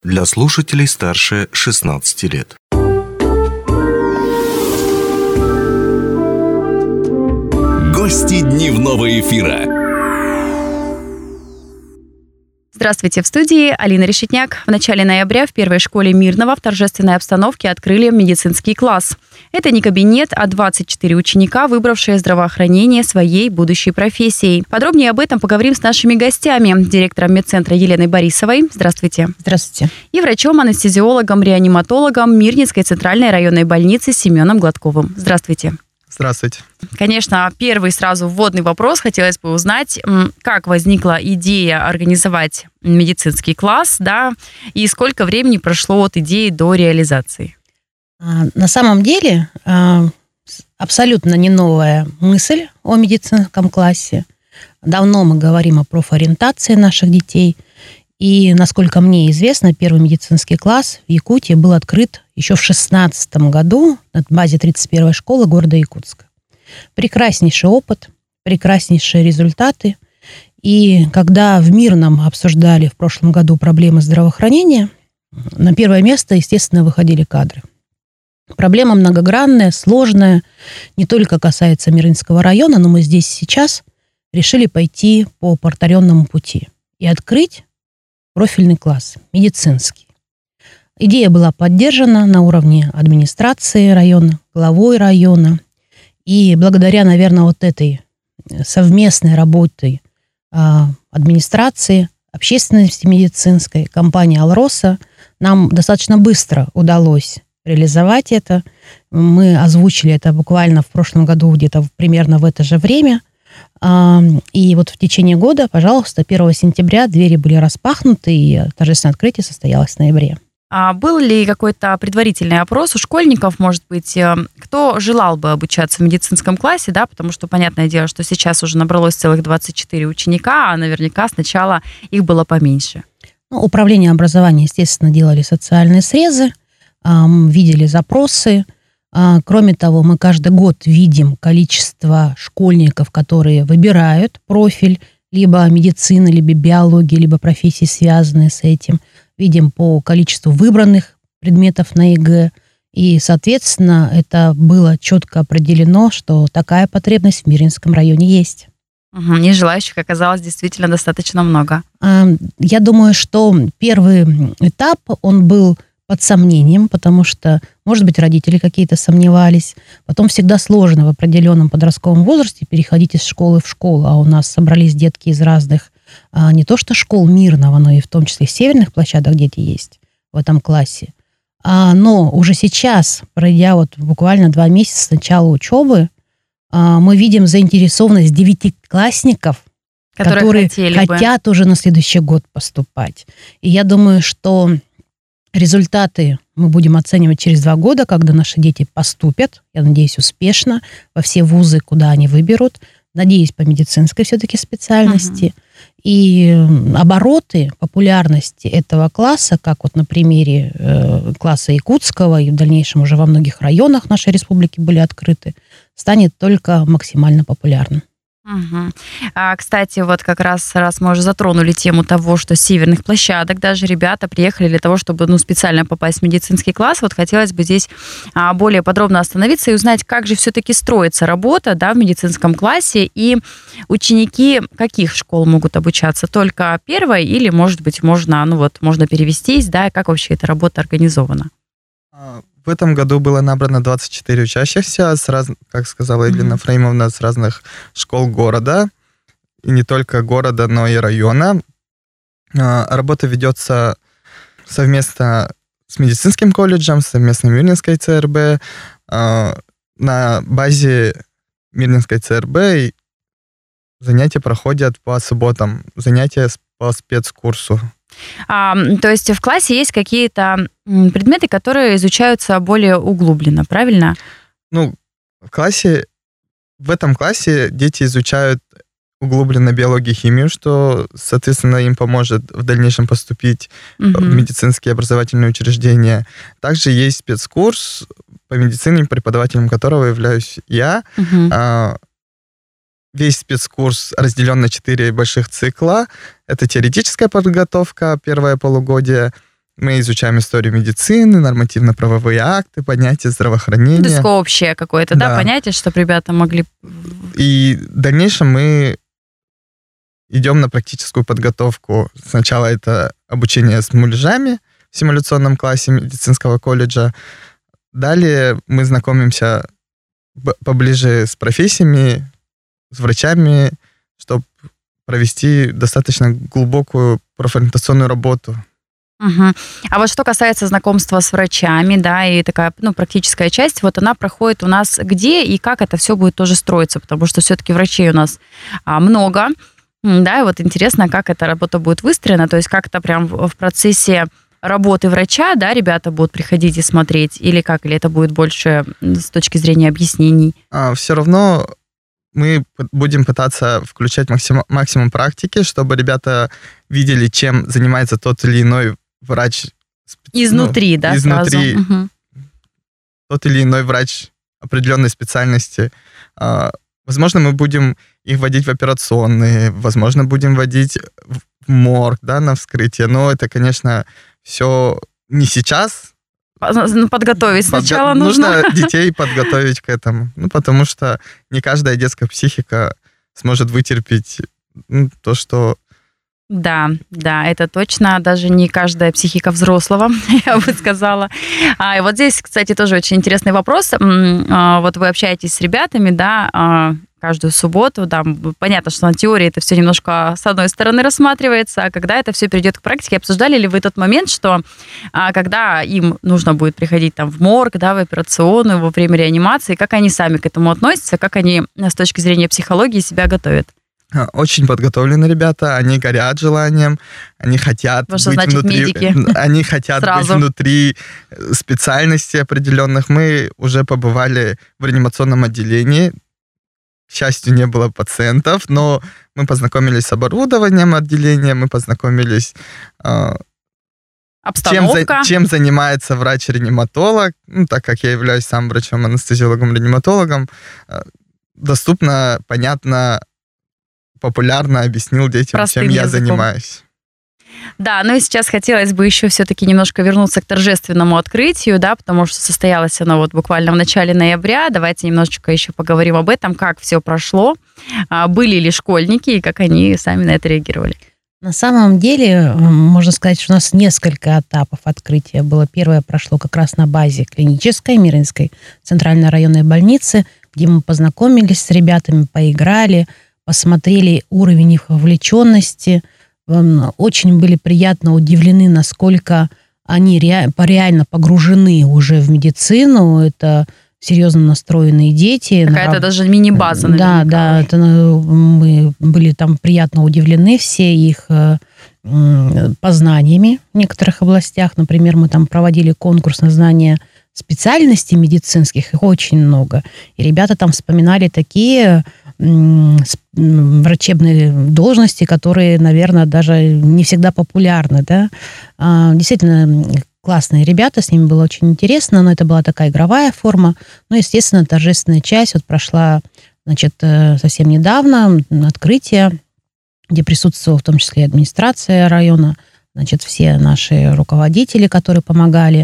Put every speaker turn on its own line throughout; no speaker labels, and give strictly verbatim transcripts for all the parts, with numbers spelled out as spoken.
Для слушателей старше шестнадцати лет.
Гости дневного эфира.
Здравствуйте, в студии Алина Решетняк. В начале ноября в первой школе Мирного в торжественной обстановке открыли медицинский класс. Это не кабинет, а двадцать четыре ученика, выбравшие здравоохранение своей будущей профессией. Подробнее об этом поговорим с нашими гостями. Директором медцентра Еленой Борисовой. Здравствуйте.
Здравствуйте.
И врачом-анестезиологом-реаниматологом Мирнинской центральной районной больницы Семеном Гладковым. Здравствуйте.
Здравствуйте.
Конечно, первый сразу вводный вопрос. Хотелось бы узнать, как возникла идея организовать медицинский класс, да, и сколько времени прошло от идеи до реализации?
На самом деле, абсолютно не новая мысль о медицинском классе. Давно мы говорим о профориентации наших детей. И, насколько мне известно, первый медицинский класс в Якутии был открыт еще в шестнадцатом году на базе тридцать первой школы города Якутска. Прекраснейший опыт, прекраснейшие результаты. И когда в Мирном обсуждали в прошлом году проблемы здравоохранения, на первое место, естественно, выходили кадры. Проблема многогранная, сложная, не только касается Мирнинского района, но мы здесь сейчас решили пойти по протаренному пути и открыть профильный класс, медицинский. Идея была поддержана на уровне администрации района, главой района. И благодаря, наверное, вот этой совместной работе администрации, общественности медицинской, компании «Алроса», нам достаточно быстро удалось реализовать это. Мы озвучили это буквально в прошлом году, где-то примерно в это же время. И вот в течение года, пожалуйста, первого сентября двери были распахнуты, и торжественное открытие состоялось в ноябре.
А был ли какой-то предварительный опрос у школьников, может быть, кто желал бы обучаться в медицинском классе, да, потому что, понятное дело, что сейчас уже набралось целых двадцать четыре ученика, а наверняка сначала их было поменьше.
Ну, управление образования, естественно, делали социальные срезы, эм, видели запросы. Э, кроме того, мы каждый год видим количество школьников, которые выбирают профиль либо медицины, либо биологии, либо профессии, связанные с этим. Видим по количеству выбранных предметов на ЕГЭ. И, соответственно, это было четко определено, что такая потребность в Мирнинском районе есть.
Угу, и желающих оказалось действительно достаточно много.
Я думаю, что первый этап, он был под сомнением, потому что, может быть, родители какие-то сомневались. Потом всегда сложно в определенном подростковом возрасте переходить из школы в школу, а у нас собрались детки из разных, не то что школ Мирного, но и в том числе северных площадок дети есть в этом классе. Но уже сейчас, пройдя вот буквально два месяца с начала учебы, мы видим заинтересованность девятиклассников, которые, которые хотят бы. уже на следующий год поступать. И я думаю, что результаты мы будем оценивать через два года, когда наши дети поступят, я надеюсь, успешно во все вузы, куда они выберут. Надеюсь, по медицинской все-таки специальности. Uh-huh. И обороты популярности этого класса, как вот на примере э, класса якутского, и в дальнейшем уже во многих районах нашей республики были открыты, станет только максимально популярным.
Угу. А, кстати, вот как раз, раз мы уже затронули тему того, что с северных площадок даже ребята приехали для того, чтобы ну, специально попасть в медицинский класс, вот хотелось бы здесь а, более подробно остановиться и узнать, как же все-таки строится работа, да, в медицинском классе, и ученики каких школ могут обучаться? Только первой или, может быть, можно, ну, вот, можно перевестись, да, и как вообще эта работа организована?
В этом году было набрано двадцать четыре учащихся, с раз, как сказала Елена mm-hmm. Фраимовна, с разных школ города, и не только города, но и района. Работа ведется совместно с медицинским колледжем, совместно с Мирнинской ЦРБ. На базе Мирнинской ЦРБ занятия проходят по субботам, занятия по спецкурсу.
А, то есть в классе есть какие-то предметы, которые изучаются более углубленно, правильно?
Ну, в классе, в этом классе дети изучают углубленно биологию и химию, что, соответственно, им поможет в дальнейшем поступить угу. в медицинские образовательные учреждения. Также есть спецкурс по медицине, преподавателем которого являюсь я. Угу. Весь спецкурс разделен на четыре больших цикла. Это теоретическая подготовка, первое полугодие, мы изучаем историю медицины, нормативно-правовые акты, понятия здравоохранения.
То есть общее какое-то, да,
Да.
понятие, чтобы ребята могли...
И в дальнейшем мы идем на практическую подготовку. Сначала это обучение с муляжами в симуляционном классе медицинского колледжа. Далее мы знакомимся б- поближе с профессиями, с врачами, чтобы провести достаточно глубокую профориентационную работу.
Мгм. А вот что касается знакомства с врачами, да, и такая, ну, практическая часть, вот она проходит у нас где и как это все будет тоже строиться, потому что все-таки врачей у нас а, много, М, да, и вот интересно, как эта работа будет выстроена, то есть как-то прям в в процессе работы врача, да, ребята будут приходить и смотреть, или как, или это будет больше м, с точки зрения объяснений?
А все равно мы п- будем пытаться включать максимум, максимум практики, чтобы ребята видели, чем занимается тот или иной врач. спе- ну,
Изнутри, да,
изнутри.
сразу? Мгм.
Тот или иной врач определенной специальности. А, Возможно, мы будем их вводить в операционные, возможно, будем вводить в в морг, да, на вскрытие. Но это, конечно, все не сейчас.
По- ну, Подготовить
Подго-
сначала нужно.
Нужно детей подготовить к этому. Ну, потому что не каждая детская психика сможет вытерпеть ну, то, что...
Да, да, это точно. Даже не каждая психика взрослого, я бы сказала. А, и вот здесь, кстати, тоже очень интересный вопрос. М, а, Вот вы общаетесь с ребятами, да, а, каждую субботу, да, м, понятно, что на теории это все немножко с одной стороны рассматривается, а когда это все перейдет к практике, обсуждали ли вы тот момент, что а, когда им нужно будет приходить там в морг, да, в операционную, во время реанимации, как они сами к этому относятся, как они а, с точки зрения психологии себя готовят?
а, Очень подготовлены ребята, они горят желанием, они хотят
Вот что
быть
значит
внутри...
медики.
Они хотят быть
Сразу.
внутри э, специальностей определенных. Мы уже побывали в реанимационном отделении. К счастью, не было пациентов, но мы познакомились с оборудованием отделения, мы познакомились, э, чем, за-
Обстановка.
чем занимается врач-реаниматолог. Ну, так как я являюсь сам врачом-анестезиологом-реаниматологом, э, доступно, понятно, популярно объяснил детям,
Простым
чем я
языком.
занимаюсь.
Да, ну и сейчас хотелось бы еще все-таки немножко вернуться к торжественному открытию, да, потому что состоялось оно вот буквально в начале ноября. Давайте немножечко еще поговорим об этом, как все прошло, а, были ли школьники и как они сами на это реагировали.
На самом деле, м, можно сказать, что у нас несколько этапов открытия было. Первое прошло как раз на базе клинической Мирнинской центральной районной больницы, где мы познакомились с ребятами, поиграли, посмотрели уровень их вовлеченности. М, Очень были приятно удивлены, насколько они ре- по- реально погружены уже в медицину. Это серьезно настроенные дети.
Какая-то
Нрав-
даже мини-база.
Да,
наверняка
да,
уже.
это, ну, мы были там приятно удивлены все их э, м, познаниями в некоторых областях. Например, мы там проводили конкурс на знание специальностей медицинских, их очень много. И ребята там вспоминали такие м, с- м, врачебные должности, которые, наверное, даже не всегда популярны, да. А, Действительно, м, классные ребята, с ними было очень интересно, но это была такая игровая форма. Ну, естественно, торжественная часть вот прошла, значит, э, совсем недавно, м, открытие, где присутствовала в том числе и администрация района, значит, все наши руководители, которые помогали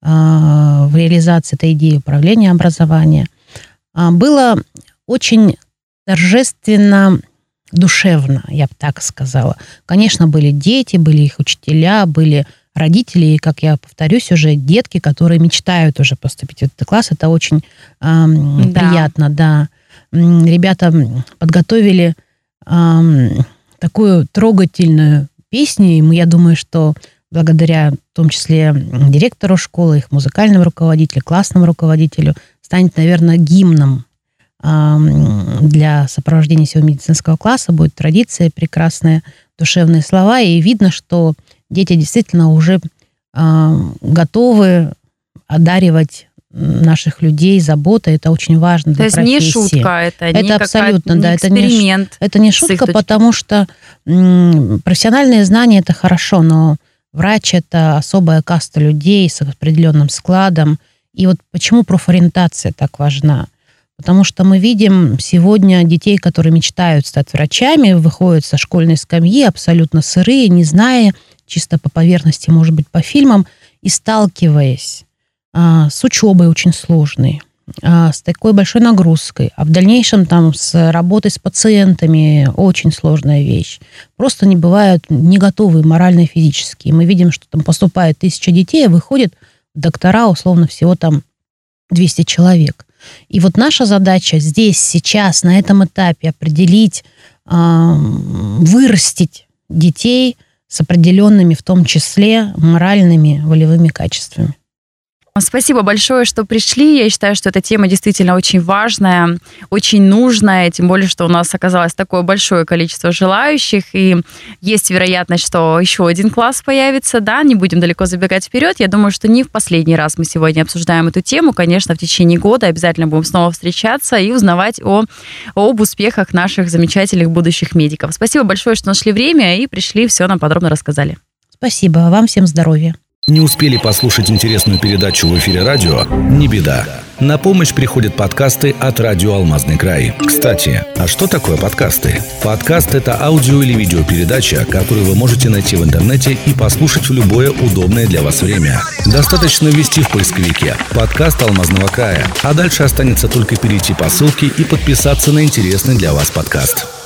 а, в реализации этой идеи управления образования. А, Было очень торжественно, душевно, я бы так сказала. Конечно, были дети, были их учителя, были родители, и, как я повторюсь, уже детки, которые мечтают уже поступить в этот класс. Это очень ам,
Да.
приятно, да. М, Ребята м, подготовили ам, такую трогательную песню, и мы, я думаю, что благодаря в том числе м, директору школы, их музыкальному руководителю, классному руководителю, станет, наверное, гимном ам, для сопровождения всего медицинского класса. Будет традиция, прекрасные душевные слова, и видно, что дети действительно уже ам, готовы одаривать наших людей заботой. Это очень важно
То
для
есть
профессии.
не шутка, это,
Это
не
абсолютно,
какая-то,
да,
не
это не ш-
эксперимент.
Это не
с их
шутка,
точки-
потому что м, профессиональные знания – это хорошо, но врач – это особая каста людей с определенным складом. И вот почему профориентация так важна? Потому что мы видим сегодня детей, которые мечтают стать врачами, выходят со школьной скамьи абсолютно сырые, не зная чисто по поверхности, может быть, по фильмам, и сталкиваясь а, с учебой очень сложной, а, с такой большой нагрузкой, а в дальнейшем там с работой с пациентами очень сложная вещь. Просто не бывают не готовы морально и физически. Мы видим, что там поступает тысяча детей, а выходит доктора условно всего там двести человек. И вот наша задача здесь, сейчас, на этом этапе определить, а, вырастить детей с определенными, в том числе, моральными, волевыми качествами.
Спасибо большое, что пришли. Я считаю, что эта тема действительно очень важная, очень нужная, тем более, что у нас оказалось такое большое количество желающих, и есть вероятность, что еще один класс появится, да, не будем далеко забегать вперед. Я думаю, что не в последний раз мы сегодня обсуждаем эту тему. Конечно, в течение года обязательно будем снова встречаться и узнавать о, об успехах наших замечательных будущих медиков. Спасибо большое, что нашли время и пришли, все нам подробно рассказали.
Спасибо, вам всем здоровья.
Не успели послушать интересную передачу в эфире радио? Не беда. На помощь приходят подкасты от радио «Алмазный край». Кстати, а что такое подкасты? Подкаст – это аудио- или видеопередача, которую вы можете найти в интернете и послушать в любое удобное для вас время. Достаточно ввести в поисковике «Подкаст Алмазного края», а дальше останется только перейти по ссылке и подписаться на интересный для вас подкаст.